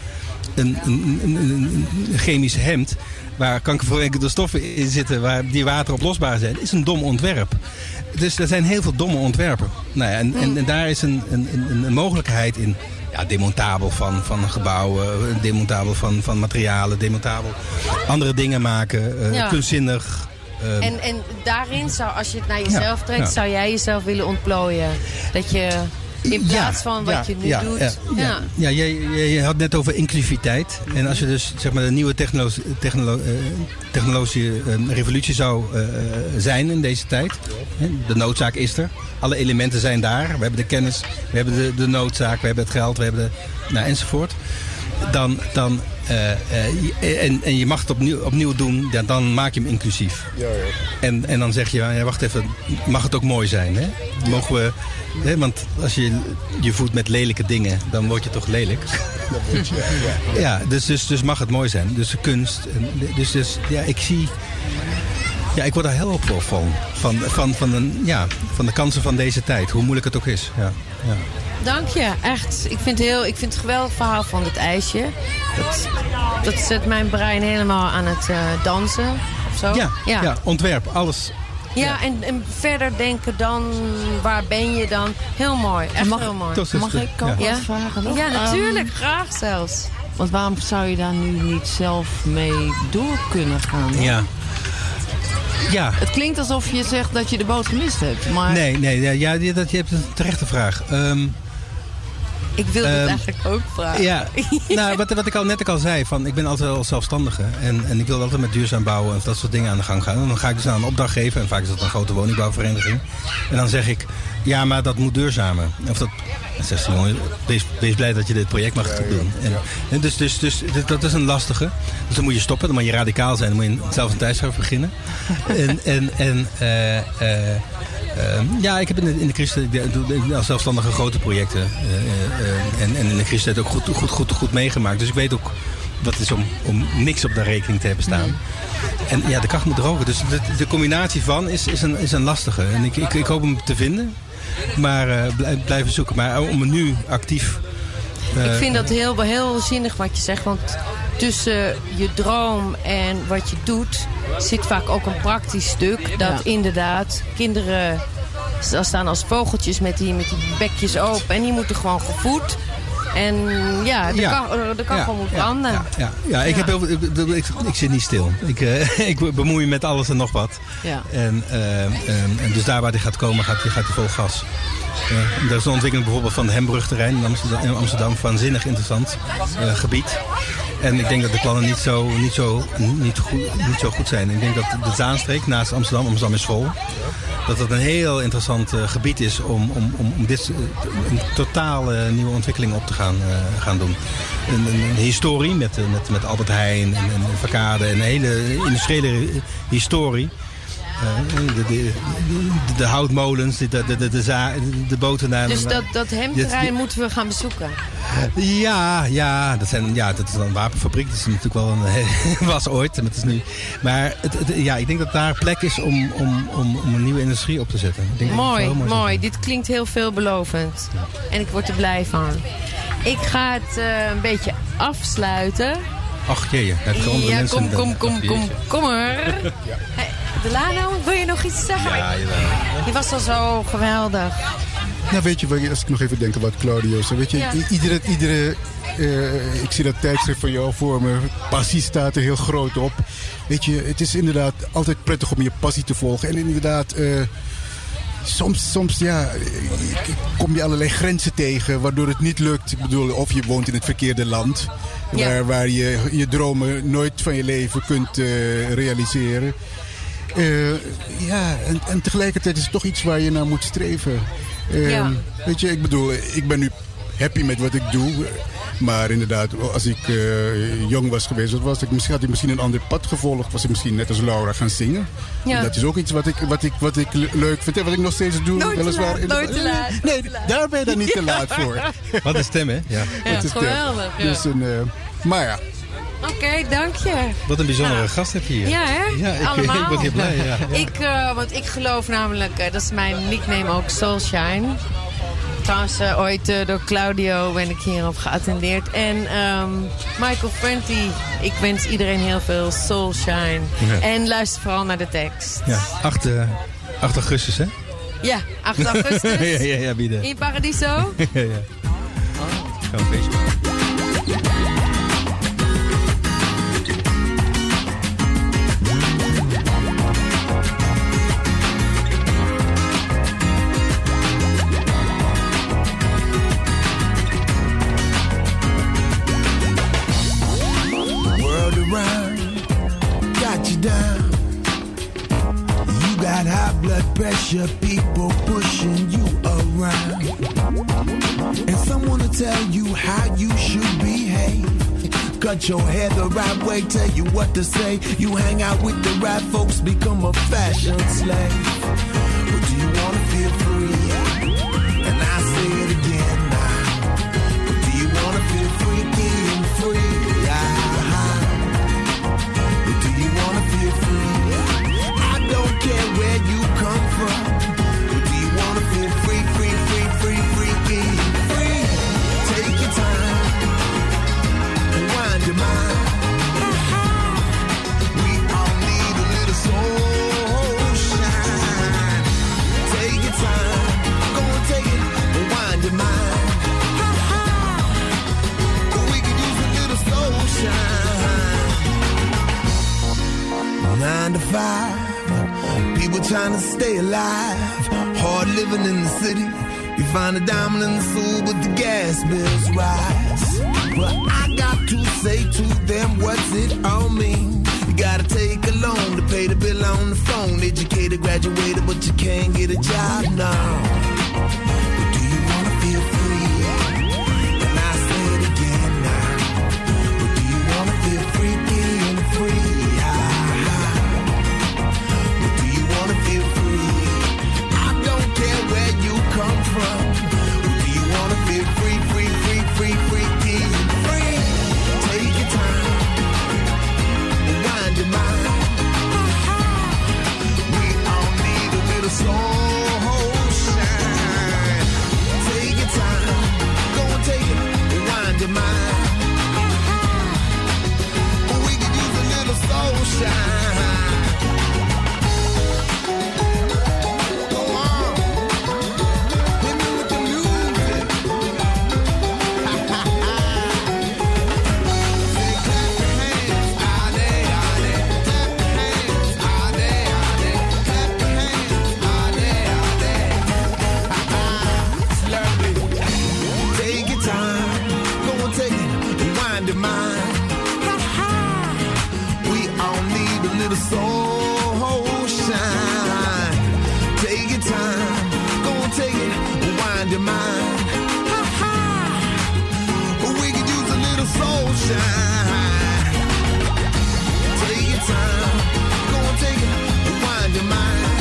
een, een, een, een chemisch hemd waar kankerverwekkende stoffen in zitten, waar die wateroplosbaar zijn, is een dom ontwerp. Dus er zijn heel veel domme ontwerpen. Nou ja, en, en, en daar is een, een, een, een mogelijkheid in. Ja, demontabel van, van gebouwen, demontabel van, van materialen, demontabel andere dingen maken, uh, ja. kunstzinnig. Uh, en, en daarin, zou, als je het naar jezelf ja, trekt, ja. zou jij jezelf willen ontplooien? Dat je in plaats ja, van wat ja, je nu ja, doet... Ja, ja. ja. ja je, je, je had net over inclusiviteit. En als je dus zeg maar de nieuwe technolo technolo uh, technologische uh, revolutie zou uh, zijn in deze tijd. De noodzaak is er. Alle elementen zijn daar. We hebben de kennis, we hebben de, de noodzaak, we hebben het geld, we hebben de, nou, enzovoort. Dan, dan, uh, uh, en, en je mag het opnieuw, opnieuw doen, ja, dan maak je hem inclusief. Ja, ja. En, en dan zeg je, ja, wacht even, mag het ook mooi zijn? Hè? Mogen we, hè, want als je je voedt met lelijke dingen, dan word je toch lelijk. Ja, ja. Ja, dus, dus, dus mag het mooi zijn. Dus de kunst. Dus, dus ja, ik zie... Ja, ik word daar heel op van. Van, van, van, een, ja, van de kansen van deze tijd. Hoe moeilijk het ook is. Ja, ja. Dank je, echt. Ik vind, heel, ik vind het een geweldig verhaal van het ijsje. Dat, dat zet mijn brein helemaal aan het uh, dansen. Of zo. Ja, ja. ja, ontwerp, alles. Ja, ja. En, en verder denken dan, waar ben je dan? Heel mooi, echt mag, heel mooi. Mag ik ook ja. wat vragen? Nog? Ja, natuurlijk, um, graag zelfs. Want waarom zou je daar nu niet zelf mee door kunnen gaan? Ja. Ja. Het klinkt alsof je zegt dat je de boot gemist hebt. Maar... Nee, nee ja, ja, dat, je hebt een terechte vraag. Um, ik wilde um, het eigenlijk ook vragen. Ja, nou, wat, wat ik al net al zei, van, ik ben altijd al zelfstandige. En, en ik wil altijd met duurzaam bouwen en dat soort dingen aan de gang gaan. En dan ga ik dus aan een opdracht geven. En vaak is dat een grote woningbouwvereniging. En dan zeg ik, ja, maar dat moet duurzamer. Of dat... Dan zegt ze, jongen, wees, wees blij dat je dit project mag ja, doen. En, ja. en dus, dus, dus dat is een lastige. Dus dan moet je stoppen, dan moet je radicaal zijn. Dan moet je zelf een tijdschrift beginnen. en en, en uh, uh, uh, ja, ik heb in de, in de crisis als zelfstandige grote projecten. Uh, uh, en, en in de crisis ook goed, goed, goed, goed meegemaakt. Dus ik weet ook wat het is om, om niks op de rekening te hebben staan. En ja, de kracht moet drogen. Dus de, de combinatie van is, is, een, is een lastige. En ik, ik, ik hoop hem te vinden. Maar uh, blij, blijven zoeken. Maar om me nu actief... Uh, ik vind dat heel, heel zinnig wat je zegt. Want tussen je droom en wat je doet... zit vaak ook een praktisch stuk. Dat ja. inderdaad kinderen staan als vogeltjes met die, met die bekjes open. En die moeten gewoon gevoed. En ja, de ja. kan, de kan ja. gewoon moet branden. Ja, ja, ja. ja ik, heb heel, ik, ik, ik zit niet stil. Ik, uh, ik bemoei me met alles en nog wat. Ja. En, uh, en, en dus daar waar die gaat komen, gaat hij gaat vol gas. Uh, er is een ontwikkeling bijvoorbeeld van het Hembrugterrein in Amsterdam, in Amsterdam. Waanzinnig interessant uh, gebied. En ik denk dat de plannen niet zo, niet, zo, niet, goed, niet zo goed zijn. Ik denk dat de Zaanstreek naast Amsterdam, Amsterdam is vol... dat het een heel interessant uh, gebied is om, om, om, om dit uh, een totale nieuwe ontwikkeling op te gaan, uh, gaan doen. Een, een, een historie met, uh, met, met Albert Heijn en, en Verkade en een hele industriële historie. Uh, de, de, de, de houtmolens, de, de, de, de, de, de boten naar... Dus dat, dat hemterrein moeten we gaan bezoeken? Ja, ja, dat, zijn, ja, dat is een wapenfabriek. Dat is natuurlijk wel een... was ooit, het is nu... Maar het, het, ja, ik denk dat daar plek is om, om, om, om een nieuwe industrie op te zetten. Ik denk mooi, dat mooi. mooi. Dit klinkt heel veelbelovend. En ik word er blij van. Ik ga het uh, een beetje afsluiten. Ach jee, heb je andere ja, mensen... kom, kom, kom, kom, kom er. Ja. Hey, Delano, wil je nog iets zeggen? Ja, jawel. Je was al zo geweldig. Nou, weet je, als ik nog even denk aan wat Claudio zei. Weet je, ja. iedere, iedere uh, ik zie dat tijdschrift van jou voor me. Passie staat er heel groot op. Weet je, het is inderdaad altijd prettig om je passie te volgen. En inderdaad, uh, soms, soms ja, kom je allerlei grenzen tegen waardoor het niet lukt. Ik bedoel, of je woont in het verkeerde land. Ja. Waar, waar je je dromen nooit van je leven kunt uh, realiseren. Uh, ja, en, en tegelijkertijd is het toch iets waar je naar moet streven. Uh, ja. Weet je, ik bedoel, ik ben nu happy met wat ik doe. Maar inderdaad, als ik uh, jong was geweest, wat was ik, misschien had ik misschien een ander pad gevolgd. Was ik misschien net als Laura gaan zingen. Ja. Dat is ook iets wat ik, wat ik, wat ik leuk vind. En wat ik nog steeds doe. Nooit weliswaar, te laat, nooit te laat. Nee, daar ben je dan niet te laat voor. Wat een stem, hè? Ja, ja geweldig. Ja. Dus een, uh, maar ja. Oké, okay, dank je. Wat een bijzondere nou, gast heb je hier. Ja, hè? Ja, ik, allemaal. Ik word hier blij, ja. ja. Ik, uh, want ik geloof namelijk, uh, dat is mijn nickname ook, Soulshine. trouwens uh, ooit uh, door Claudio ben ik hierop geattendeerd. En um, Michael Franti, ik wens iedereen heel veel soulshine. Ja. En luister vooral naar de tekst. Ja, acht augustus, hè? Ja, acht augustus. ja, ja, ja, bieden. In Paradiso. ja, ja. Oh. Gaan we een feestje maken. Pressure, people pushing you around, and someone to tell you how you should behave. Cut your hair the right way, tell you what to say. You hang out with the right folks, become a fashion slave. But do you wanna feel free? And I say it again now. But do you wanna feel freaky and free? Ah, but do you wanna feel free? I don't care where you come from. But do you wanna feel free, free, free, free, freaky, free? Take your time, wind your mind. We all need a little soul shine. Take your time, go and take it, wind your mind. We could use a little soul shine. Nine to five. People trying to stay alive, hard living in the city. You find a diamond in the soul, but the gas bills rise. Well, I got to say to them, what's it all mean? You gotta take a loan to pay the bill on the phone. Educated, graduated, but you can't get a job now. But do you wanna feel free? And I say it again now. But do you wanna feel freaky and free? Come from? Do you wanna feel free, free, free, free, freaky and free? Take your time, wind your mind. We all need a little soul shine. Take your time, go and take it, wind your mind. We could use a little soul shine. Soul shine. Take your time, go and take it, wind your mind. We could use a little soul shine. Take your time, go and take it, wind your mind.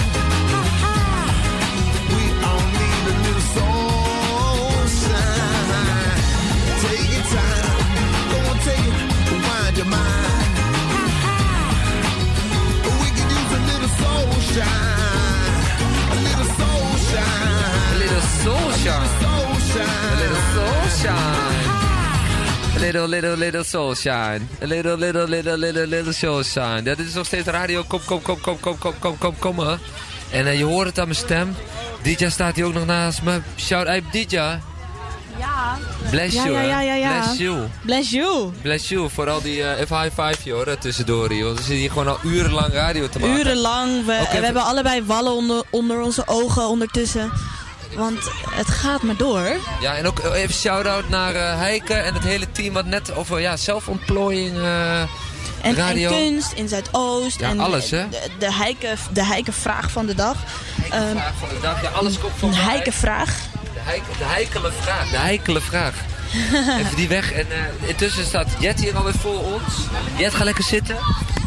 We all need a little soul shine. Take your time, go and take it, wind your mind. Soul shine, a little soul shine, a little soul shine, a little soul shine, a little little little soul shine, a little little little little little soul shine. Ja, dit is nog steeds radio. Kom, kom, kom, kom, kom, kom, kom, kom, kom, hè. En uh, je hoort het aan mijn stem. D J staat hier ook nog naast me. Shout out D J. Ja. Bless ja, you, ja, ja, ja, ja. Bless you. Bless you. Bless you. Vooral die uh, even high five, joh, tussendoor hier. Want we zitten hier gewoon al urenlang radio te maken. Urenlang. We, okay, we hebben allebei wallen onder, onder onze ogen ondertussen. Want het gaat maar door. Ja, en ook even shout-out naar uh, Heike en het hele team wat net over ja, zelfontplooiing... Uh, En, radio. en kunst in Zuidoost. Ja, en alles, hè? De, de, heike, de heike vraag van de dag. De heike vraag van de dag, ja, alles komt van de de heike vraag. De, heike, de heikele vraag, de heikele vraag. Even die weg. En uh, intussen staat Jet hier alweer voor ons. Jet, ga lekker zitten.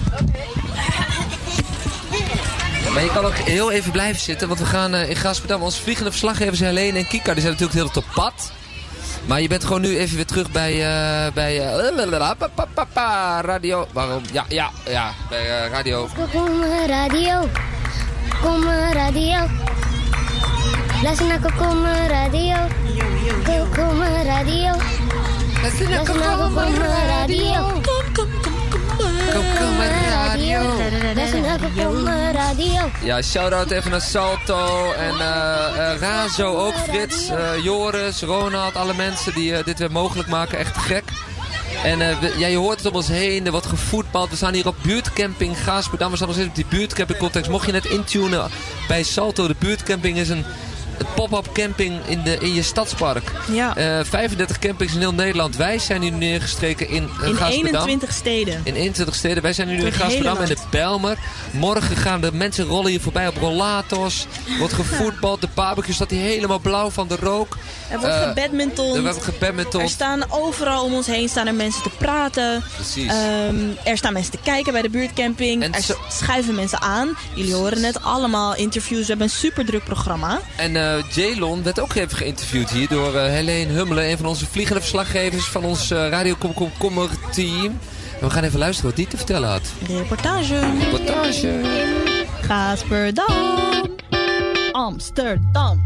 Ja, maar je kan ook heel even blijven zitten, want we gaan uh, in Gasperdam. Onze vliegende verslaggevers Helene en Kika, die zijn natuurlijk heel op pad. Maar je bent gewoon nu even weer terug bij, uh, bij uh, radio. Waarom? Ja, ja, ja, bij uh, radio. Kom radio. Kom radio. Luister naar Komkommer Radio. Komkommer Radio. Luister naar Komkommer Radio. Komkommer Radio. Luister naar Komkommer Radio. Ja, shout-out even naar Salto en uh, uh, Razo ook, Frits, uh, Joris, Ronald, alle mensen die uh, dit weer mogelijk maken. Echt te gek. En uh, we, ja, je hoort het om ons heen, er wordt gevoetbald. We staan hier op buurtcamping Gaasperdam. We staan nog steeds op die buurtcamping context. Mocht je net intunen bij Salto, de buurtcamping is een pop-up camping in, de, in je stadspark. Ja. Uh, vijfendertig campings in heel Nederland. Wij zijn hier nu neergestreken in uh, In Gaasperdam. eenentwintig steden. In eenentwintig steden. Wij zijn nu in Door het Gaasperdam hele en de Bijlmer. Morgen gaan de mensen rollen hier voorbij op rollators. Wordt gevoetbald. De barbecue staat hier helemaal blauw van de rook. Er wordt Uh, gebadminton. Er wordt gebadminton. Er staan overal om ons heen staan er mensen te praten. Precies. Um, er staan mensen te kijken bij de buurtcamping. En er zo- schuiven mensen aan. Jullie horen net allemaal interviews. We hebben een super druk programma. En uh, Jalon werd ook even geïnterviewd hier door uh, Helene Hummelen. Een van onze vliegende verslaggevers van ons uh, Radio Komkommer team. En we gaan even luisteren wat die te vertellen had. Reportage. Reportage. Gaasperdam. Amsterdam.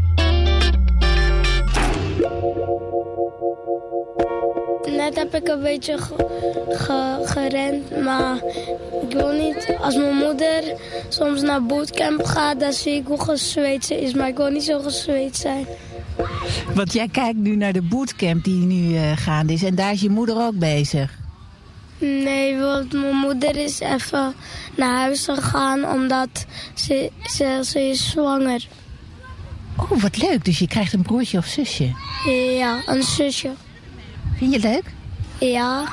Net heb ik een beetje ge- ge- gerend, maar ik wil niet. Als mijn moeder soms naar bootcamp gaat, dan zie ik hoe gezweet ze is. Maar ik wil niet zo gezweet zijn. Want jij kijkt nu naar de bootcamp die nu uh, gaande is. En daar is je moeder ook bezig. Nee, want mijn moeder is even naar huis gegaan omdat ze, ze, ze is zwanger. Oh, wat leuk. Dus je krijgt een broertje of zusje. Ja, een zusje. Vind je het leuk? Ja.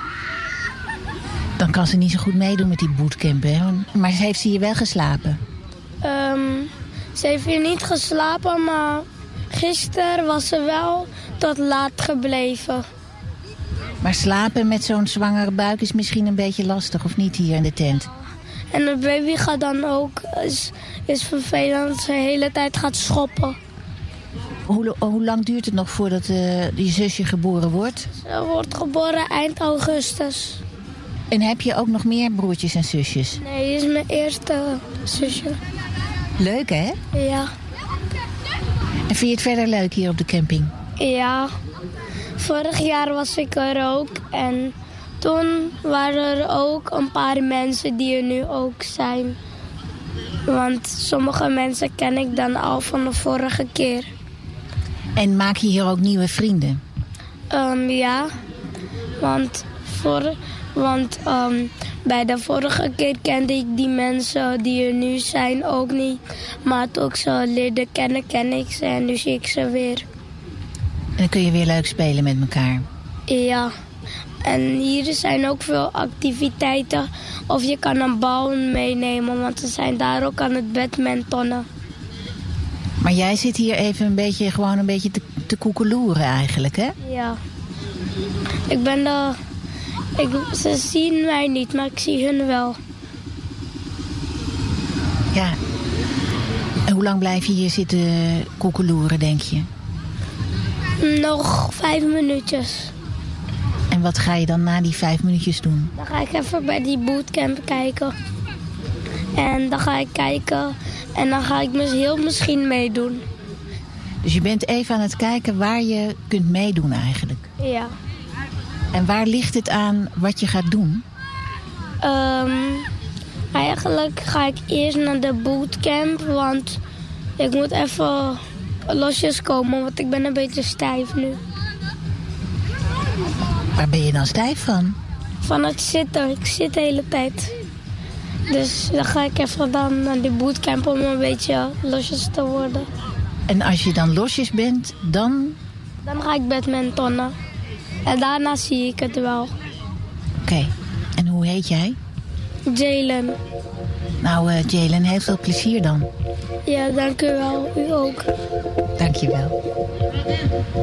Dan kan ze niet zo goed meedoen met die bootcamp, hè? Maar heeft ze hier wel geslapen? Um, ze heeft hier niet geslapen, maar gisteren was ze wel tot laat gebleven. Maar slapen met zo'n zwangere buik is misschien een beetje lastig, of niet, hier in de tent? En de baby gaat dan ook, is, is vervelend dat ze de hele tijd gaat schoppen. Hoe, hoe lang duurt het nog voordat uh, je zusje geboren wordt? Ze wordt geboren eind augustus. En heb je ook nog meer broertjes en zusjes? Nee, die is mijn eerste zusje. Leuk, hè? Ja. En vind je het verder leuk hier op de camping? Ja. Vorig jaar was ik er ook. En toen waren er ook een paar mensen die er nu ook zijn. Want sommige mensen ken ik dan al van de vorige keer. En maak je hier ook nieuwe vrienden? Um, ja. Want, voor, want um, bij de vorige keer kende ik die mensen die er nu zijn ook niet. Maar toen ik ze leerde kennen, ken ik ze en nu zie ik ze weer. En dan kun je weer leuk spelen met elkaar. Ja. En hier zijn ook veel activiteiten. Of je kan een bal meenemen, want ze zijn daar ook aan het badmintonnen. Maar jij zit hier even een beetje, gewoon een beetje te, te koekeloeren eigenlijk, hè? Ja. Ik ben de... Ik, ze zien mij niet, maar ik zie hun wel. Ja. En hoe lang blijf je hier zitten koekeloeren, denk je? Nog vijf minuutjes. En wat ga je dan na die vijf minuutjes doen? Dan ga ik even bij die bootcamp kijken. En dan ga ik kijken en dan ga ik mis, heel misschien meedoen. Dus je bent even aan het kijken waar je kunt meedoen eigenlijk. Ja. En waar ligt het aan wat je gaat doen? Um, eigenlijk ga ik eerst naar de bootcamp, want ik moet even losjes komen, want ik ben een beetje stijf nu. Waar ben je dan stijf van? Van het zitten. Ik zit de hele tijd. Dus dan ga ik even dan naar de bootcamp om een beetje losjes te worden. En als je dan losjes bent, dan? Dan ga ik badmintonnen. En daarna zie ik het wel. Oké. Okay. En hoe heet jij? Jalen. Nou, uh, Jalen, heel veel plezier dan. Ja, dank u wel. U ook. Dank je wel.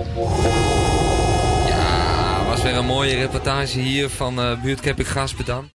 Ja, was weer een mooie reportage hier van uh, buurtcamping Gaasperdam.